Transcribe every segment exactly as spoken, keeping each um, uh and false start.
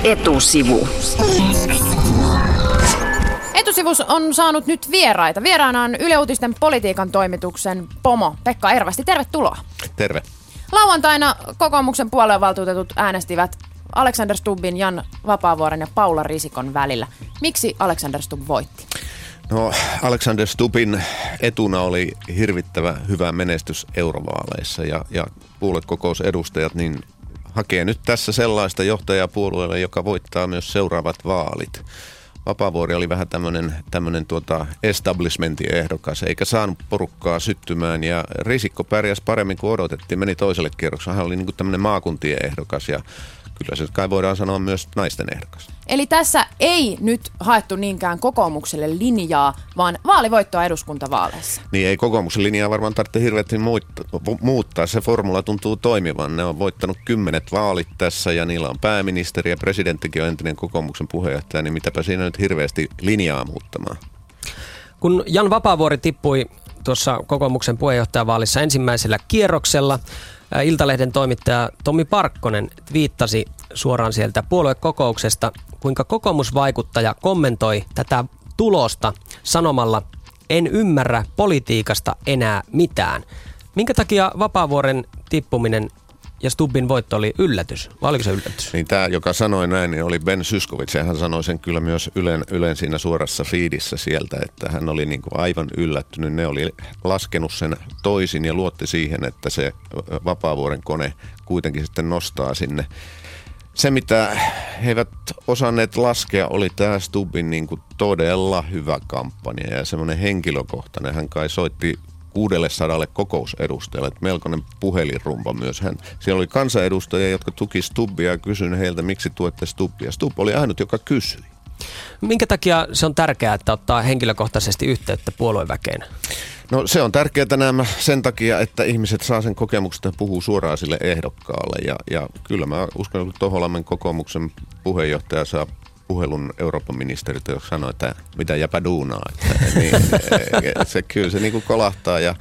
Etusivu. Etusivus on saanut nyt vieraita. Vieraana on Yle Uutisten politiikan toimituksen pomo Pekka Ervasti. Tervetuloa. Terve. Lauantaina kokoomuksen puoluevaltuutetut äänestivät Alexander Stubbin, Jan Vapaavuoren ja Paula Risikon välillä. Miksi Alexander Stubb voitti? No, Alexander Stubbin etuna oli hirvittävä hyvä menestys eurovaaleissa ja, ja puoluekokousedustajat niin hakee nyt tässä sellaista johtajaa puolueelle, joka voittaa myös seuraavat vaalit. Vapaavuori oli vähän tämmöinen, tämmöinen tuota establishmentin ehdokas, eikä saanut porukkaa syttymään, ja Risikko pärjäsi paremmin kuin odotettiin, meni toiselle kierrokselle. Hän oli niin kuin tämmöinen maakuntien ehdokas, ja kyllä se kai voidaan sanoa myös naisten ehdokas. Eli tässä ei nyt haettu niinkään kokoomukselle linjaa, vaan vaalivoittoa eduskuntavaaleissa. Niin, ei kokoomuksen linjaa varmaan tarvitse hirveästi muuttaa. Se formula tuntuu toimivan. Ne on voittanut kymmenet vaalit tässä ja niillä on pääministeri ja presidenttikin on entinen kokoomuksen puheenjohtaja, niin mitäpä siinä nyt hirveästi linjaa muuttamaan. Kun Jan Vapaavuori tippui tuossa kokoomuksen puheenjohtajavaalissa ensimmäisellä kierroksella, Iltalehden toimittaja Tommi Parkkonen viittasi suoraan sieltä puoluekokouksesta, kuinka kokoomusvaikuttaja kommentoi tätä tulosta sanomalla, en ymmärrä politiikasta enää mitään. Minkä takia Vapaavuoren tippuminen ja Stubbin voitto oli yllätys? Vai oliko se yllätys? Niin tämä, joka sanoi näin, niin oli Ben Zyskowicz, ja hän sanoi sen kyllä myös Ylen, Ylen siinä suorassa feedissä sieltä, että hän oli niin kuin aivan yllättynyt. Ne oli laskenut sen toisin ja luotti siihen, että se Vapaavuoren kone kuitenkin sitten nostaa sinne. Se, mitä he eivät osanneet laskea, oli tämä Stubbin niin kuin todella hyvä kampanja ja semmoinen henkilökohtainen. Hän kai soitti kuusisataa kokousedustajalle, että melkoinen puhelinrumba myös. Hän, siellä oli kansanedustajia, jotka tuki Stubbia ja kysyin heiltä, miksi tuette Stubbia. Stubb oli ainut, joka kysyi. Minkä takia se on tärkeää, että ottaa henkilökohtaisesti yhteyttä puolueväkeen? No se on tärkeää nämä sen takia, että ihmiset saa sen kokemuksesta ja puhuu suoraan sille ehdokkaalle. Ja, ja kyllä mä uskon, että Toholammen kokoomuksen puheenjohtaja saa puhelun Euroopan ministeriltä, joka sanoi, että mitä jäpä duunaa. Että, niin, se, kyllä se niin kuin kolahtaa ja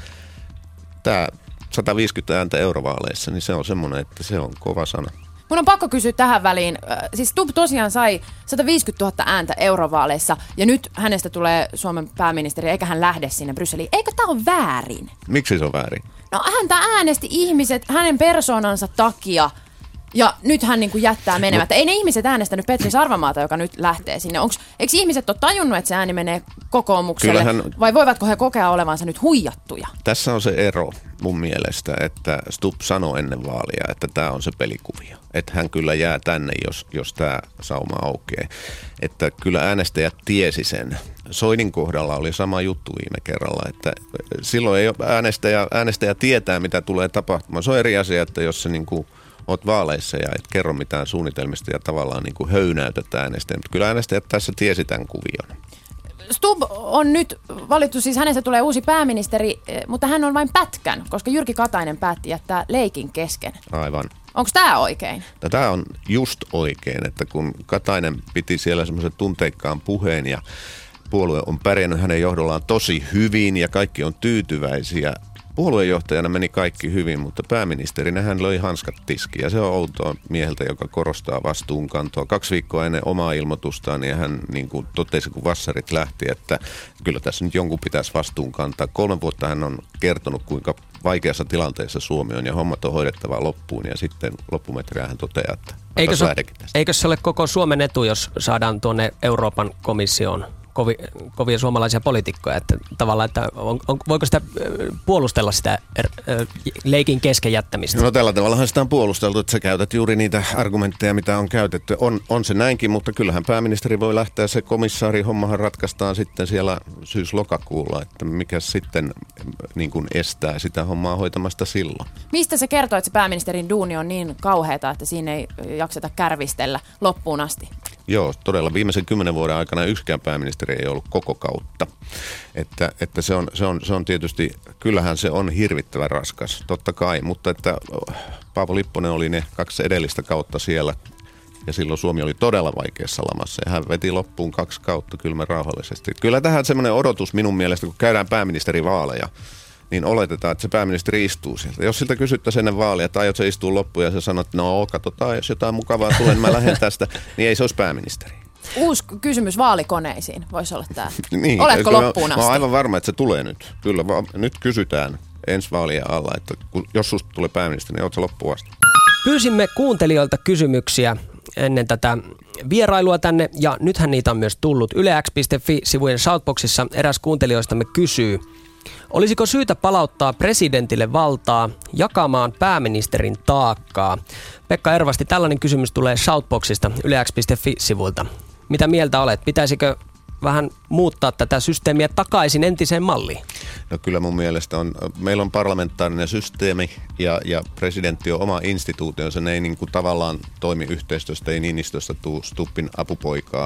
tämä sata viisikymmentä ääntä eurovaaleissa, niin se on semmoinen, että se on kova sana. Mun on pakko kysyä tähän väliin. Siis Stubb tosiaan sai sata viisikymmentätuhatta ääntä eurovaaleissa ja nyt hänestä tulee Suomen pääministeri eikä hän lähde sinne Brysseliin. Eikö tämä ole väärin? Miksi se on väärin? No häntä äänesti ihmiset hänen persoonansa takia. Ja nyt hän niin kuin jättää menemättä. No. Ei ne ihmiset äänestänyt Petri Sarvamaata, joka nyt lähtee sinne. Onks, eikö ihmiset ole tajunnut, että se ääni menee kokoomukselle? Kyllähän, vai voivatko he kokea olevansa nyt huijattuja? Tässä on se ero mun mielestä, että Stubb sanoi ennen vaalia, että tämä on se pelikuvio. Että hän kyllä jää tänne, jos, jos tämä sauma aukeaa. Että kyllä äänestäjät tiesi sen. Soinin kohdalla oli sama juttu viime kerralla, että silloin ei ole äänestäjä, äänestäjä tietää, mitä tulee tapahtumaan. Se on eri asia, että jos se niin kuin oot vaaleissa ja et kerro mitään suunnitelmista ja tavallaan niin kuin höynäytät äänestäjät. Mutta kyllä äänestäjät tässä tiesi tämän kuvion. Stubb on nyt valittu, siis hänestä tulee uusi pääministeri, mutta hän on vain pätkän, koska Jyrki Katainen päätti jättää leikin kesken. Aivan. Onko tämä oikein? No, tämä on just oikein, että kun Katainen piti siellä semmoisen tunteikkaan puheen ja puolue on pärjännyt hänen johdollaan tosi hyvin ja kaikki on tyytyväisiä. Puoluejohtajana meni kaikki hyvin, mutta pääministerinä hän löi hanskat tiskiin ja se on outoa mieheltä, joka korostaa vastuunkantoa. Kaksi viikkoa ennen omaa ilmoitustaan niin hän niin kuin totesi, kun vassarit lähti, että kyllä tässä nyt jonkun pitäisi vastuun kantaa. Kolme vuotta hän on kertonut, kuinka vaikeassa tilanteessa Suomi on ja hommat on hoidettava loppuun ja sitten loppumetriä hän toteaa, että eikö se, eikö se ole koko Suomen etu, jos saadaan tuonne Euroopan komissioon Kovi, kovia suomalaisia poliitikkoja, että tavallaan, että on, on, voiko sitä puolustella sitä er, er, leikin kesken jättämistä? No tällä tavallahan sitä on puolusteltu, että sä käytät juuri niitä argumentteja, mitä on käytetty. On, on se näinkin, mutta kyllähän pääministeri voi lähteä, se komissaarihommahan ratkaistaan sitten siellä syys-lokakuulla, että mikä sitten niin kuin estää sitä hommaa hoitamasta silloin. Mistä se kertoo, että se pääministerin duuni on niin kauheata, että siinä ei jakseta kärvistellä loppuun asti? Joo, todella. Viimeisen kymmenen vuoden aikana yksikään pääministeri ei ollut koko kautta. Että, että se, on, se, on, se on tietysti, kyllähän se on hirvittävän raskas, totta kai. Mutta että Paavo Lipponen oli ne kaksi edellistä kautta siellä ja silloin Suomi oli todella vaikeassa lamassa. Ja hän veti loppuun kaksi kautta kylmän rauhallisesti. Kyllä tähän semmoinen odotus minun mielestä, kun käydään pääministerivaaleja, niin oletetaan, että se pääministeri istuu sieltä. Jos siltä kysyttäisiin ennen vaalia, että aiot se istuu loppuun ja se sanoo, että no katsotaan, jos jotain mukavaa tulee, niin mä lähden tästä, niin ei se olisi pääministeri. Uusi kysymys vaalikoneisiin voisi olla tämä. Niin, oletko loppuun asti? Mä oon aivan varma, että se tulee nyt. Kyllä, va- nyt kysytään ensi vaalien alla, että kun, jos susta tulee pääministeri, niin ootko loppuun asti? Pyysimme kuuntelijoilta kysymyksiä ennen tätä vierailua tänne, ja nythän niitä on myös tullut. yle x piste fi-sivujen shoutboxissa eräs kuuntelijoistamme kysyy, olisiko syytä palauttaa presidentille valtaa jakamaan pääministerin taakkaa? Pekka Ervasti, tällainen kysymys tulee shoutboxista yle x piste fi-sivuilta. Mitä mieltä olet? Pitäisikö vähän muuttaa tätä systeemiä takaisin entiseen malliin? No kyllä mun mielestä on, meillä on parlamentaarinen systeemi ja, ja presidentti on oma instituutio, se ei niin kuin tavallaan toimi yhteistyöstä, ei Niinistöstä tuu Stubbin apupoikaa.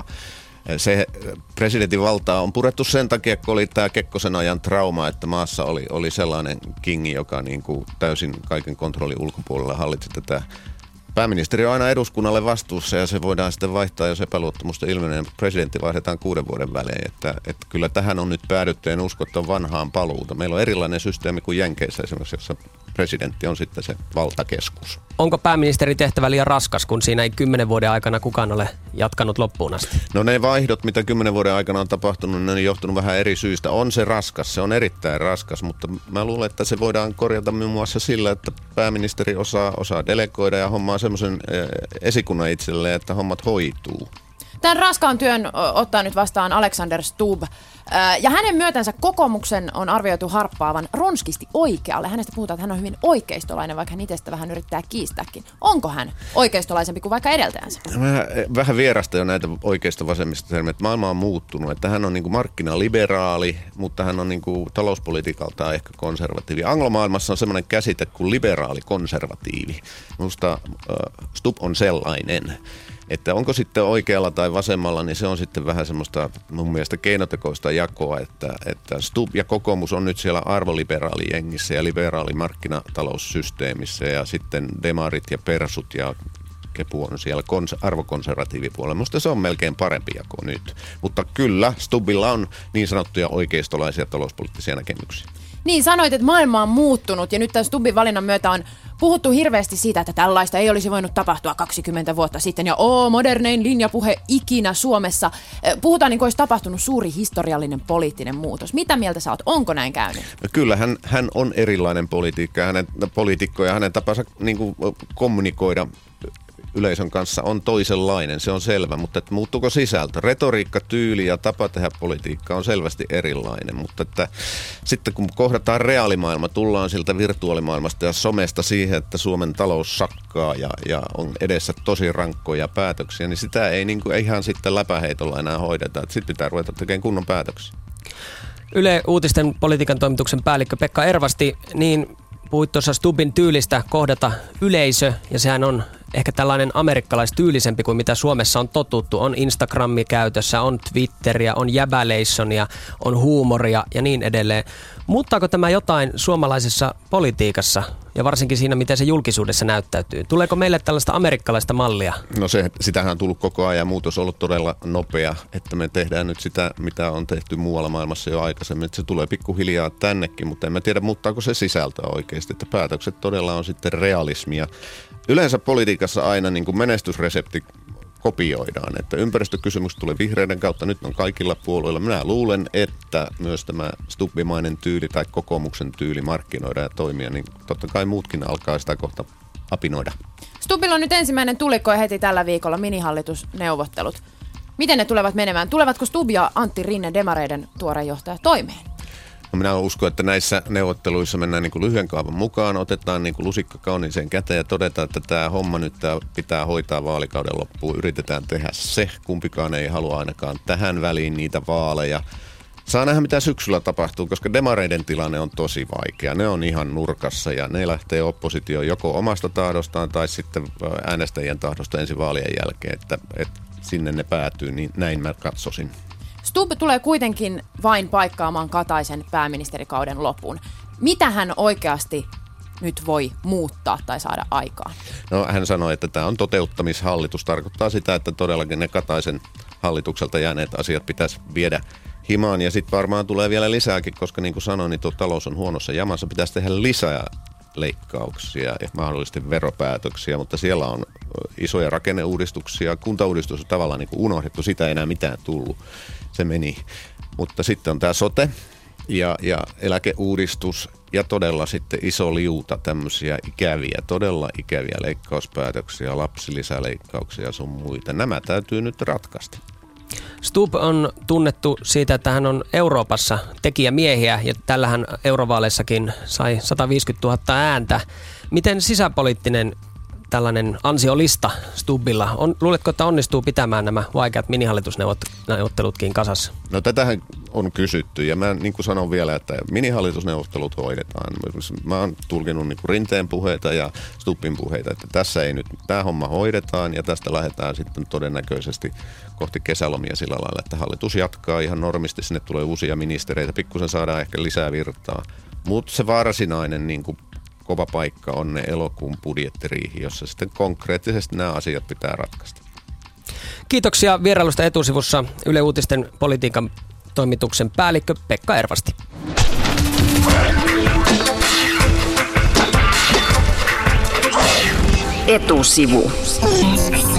Se presidentin valtaa on purettu sen takia, kun oli tämä Kekkosen ajan trauma, että maassa oli, oli sellainen kingi, joka niin kuin täysin kaiken kontrollin ulkopuolella hallitsi tätä. Pääministeri on aina eduskunnalle vastuussa ja se voidaan sitten vaihtaa, jos epäluottamusta ilmenee. Presidentti vaihdetaan kuuden vuoden välein. Että, että kyllä tähän on nyt päädytty, en usko, että on vanhaan paluuta. Meillä on erilainen systeemi kuin Jenkeissä esimerkiksi, jossa presidentti on sitten se valtakeskus. Onko pääministerin tehtävä liian raskas, kun siinä ei kymmenen vuoden aikana kukaan ole jatkanut loppuun asti? No ne vaihdot, mitä kymmenen vuoden aikana on tapahtunut, ne on johtunut vähän eri syistä. On se raskas, se on erittäin raskas, mutta mä luulen, että se voidaan korjata muun muassa sillä, että pääministeri osaa, osaa delegoida ja hommaa semmoisen esikunnan itselleen, että hommat hoituu. Tämän raskaan työn ottaa nyt vastaan Alexander Stubb. Ja hänen myötänsä kokoomuksen on arvioitu harppaavan ronskisti oikealle. Hänestä puhutaan, että hän on hyvin oikeistolainen, vaikka hän itsestä vähän yrittää kiistääkin. Onko hän oikeistolaisempi kuin vaikka edeltäjänsä? Mä vähän vierasta jo näitä oikeisto-vasemmista termejä. Maailma on muuttunut. Että hän on niin kuin markkinaliberaali, mutta hän on niin kuin talouspolitiikaltaan ehkä konservatiivi. Anglomaailmassa on semmoinen käsite kuin liberaali-konservatiivi. Minusta äh, Stubb on sellainen. Että onko sitten oikealla tai vasemmalla, niin se on sitten vähän semmoista mun mielestä keinotekoista jakoa, että, että Stubb ja kokoomus on nyt siellä arvoliberaalijengissä ja liberaali-markkinataloussysteemissä ja sitten demarit ja persut ja kepu on siellä kons- arvokonservatiivipuolella. Minusta se on melkein parempi jako nyt. Mutta kyllä, Stubbilla on niin sanottuja oikeistolaisia talouspoliittisia näkemyksiä. Niin, sanoit, että maailma on muuttunut ja nyt tämän Stubbin valinnan myötä on puhuttu hirveästi siitä, että tällaista ei olisi voinut tapahtua kaksikymmentä vuotta sitten ja oo, modernein linjapuhe ikinä Suomessa. Puhutaan niin kuin olisi tapahtunut suuri historiallinen poliittinen muutos. Mitä mieltä sä oot? Onko näin käynyt? No kyllä, hän, hän on erilainen poliitikko ja hänen, poliitikko ja hänen tapansa niin kuin kommunikoida yleisön kanssa on toisenlainen, se on selvä, mutta että muuttuuko sisältö? Retoriikka, tyyli ja tapa tehdä politiikkaa on selvästi erilainen, mutta että sitten kun kohdataan reaalimaailma, tullaan siltä virtuaalimaailmasta ja somesta siihen, että Suomen talous sakkaa ja, ja on edessä tosi rankkoja päätöksiä, niin sitä ei niin kuin, ihan sitten läpäheitolla enää hoideta, että sitten pitää ruveta tekemään kunnon päätöksiä. Yle Uutisten politiikan toimituksen päällikkö Pekka Ervasti, niin puhuit tuossa Stubbin tyylistä kohdata yleisö, ja sehän on ehkä tällainen amerikkalaistyylisempi kuin mitä Suomessa on totuttu. On Instagrammi käytössä, on Twitteriä, on jäbäleissonia, on huumoria ja niin edelleen. Muuttaako tämä jotain suomalaisessa politiikassa ja varsinkin siinä, miten se julkisuudessa näyttäytyy? Tuleeko meille tällaista amerikkalaista mallia? No se, sitähän on tullut koko ajan ja muutos on ollut todella nopea, että me tehdään nyt sitä, mitä on tehty muualla maailmassa jo aikaisemmin. Että se tulee pikkuhiljaa tännekin, mutta en mä tiedä, muuttaako se sisältöä oikeasti, että päätökset todella on sitten realismia. Yleensä politiikassa aina niin kuin menestysresepti kopioidaan, että ympäristökysymykset tulee vihreiden kautta, nyt on kaikilla puolueilla. Minä luulen, että myös tämä stubbimainen tyyli tai kokoomuksen tyyli markkinoida ja toimia, niin totta kai muutkin alkaa sitä kohta apinoida. Stubbilla on nyt ensimmäinen tulikko ja heti tällä viikolla minihallitusneuvottelut. Miten ne tulevat menemään? Tulevatko Stubb ja Antti Rinne, demareiden tuore johtaja, toimeen? No minä uskon, että näissä neuvotteluissa mennään niin kuin lyhyen kaavan mukaan, otetaan niin kuin lusikka kauniiseen käteen ja todetaan, että tämä homma nyt tämä pitää hoitaa vaalikauden loppuun. Yritetään tehdä se, kumpikaan ei halua ainakaan tähän väliin niitä vaaleja. Saa nähdä, mitä syksyllä tapahtuu, koska demareiden tilanne on tosi vaikea. Ne on ihan nurkassa ja ne lähtee oppositioon joko omasta tahdostaan tai sitten äänestäjien tahdosta ensi vaalien jälkeen, että, että sinne ne päätyy, niin näin mä katsoisin. Stubb tulee kuitenkin vain paikkaamaan Kataisen pääministerikauden lopun. Mitä hän oikeasti nyt voi muuttaa tai saada aikaan? No hän sanoi, että tämä on toteuttamishallitus. Tarkoittaa sitä, että todellakin ne Kataisen hallitukselta jääneet asiat pitäisi viedä himaan. Ja sitten varmaan tulee vielä lisääkin, koska niin kuin sanoin, niin tuo talous on huonossa jamassa. Pitäisi tehdä lisää leikkauksia ja mahdollisesti veropäätöksiä, mutta siellä on isoja rakenneuudistuksia. Kuntauudistus on tavallaan niin kuin unohdettu, sitä ei enää mitään tullut. Se meni. Mutta sitten on tämä sote ja, ja eläkeuudistus ja todella sitten iso liuta tämmöisiä ikäviä, todella ikäviä leikkauspäätöksiä, lapsilisäleikkauksia ja sun muita. Nämä täytyy nyt ratkaista. Stubb on tunnettu siitä, että hän on Euroopassa tekijämiehiä ja tällähän eurovaaleissakin sai sata viisikymmentätuhatta ääntä. Miten sisäpoliittinen tällainen ansiolista Stubbilla on? Luuletko, että onnistuu pitämään nämä vaikeat minihallitusneuvottelutkin kasassa? No tätähän on kysytty ja mä niin kuin sanon vielä, että minihallitusneuvottelut hoidetaan. Mä oon tulkinut niin kuin Rinteen puheita ja Stubbin puheita, että tässä ei nyt, tämä homma hoidetaan ja tästä lähdetään sitten todennäköisesti kohti kesälomia sillä lailla, että hallitus jatkaa ihan normisti, sinne tulee uusia ministereitä, pikkusen saadaan ehkä lisää virtaa. Mutta se varsinainen niin kuin kova paikka on ne elokuun budjettiriihi, jossa sitten konkreettisesti nämä asiat pitää ratkaista. Kiitoksia vierailusta Etusivussa Yle Uutisten politiikan toimituksen päällikkö Pekka Ervasti. Etusivu.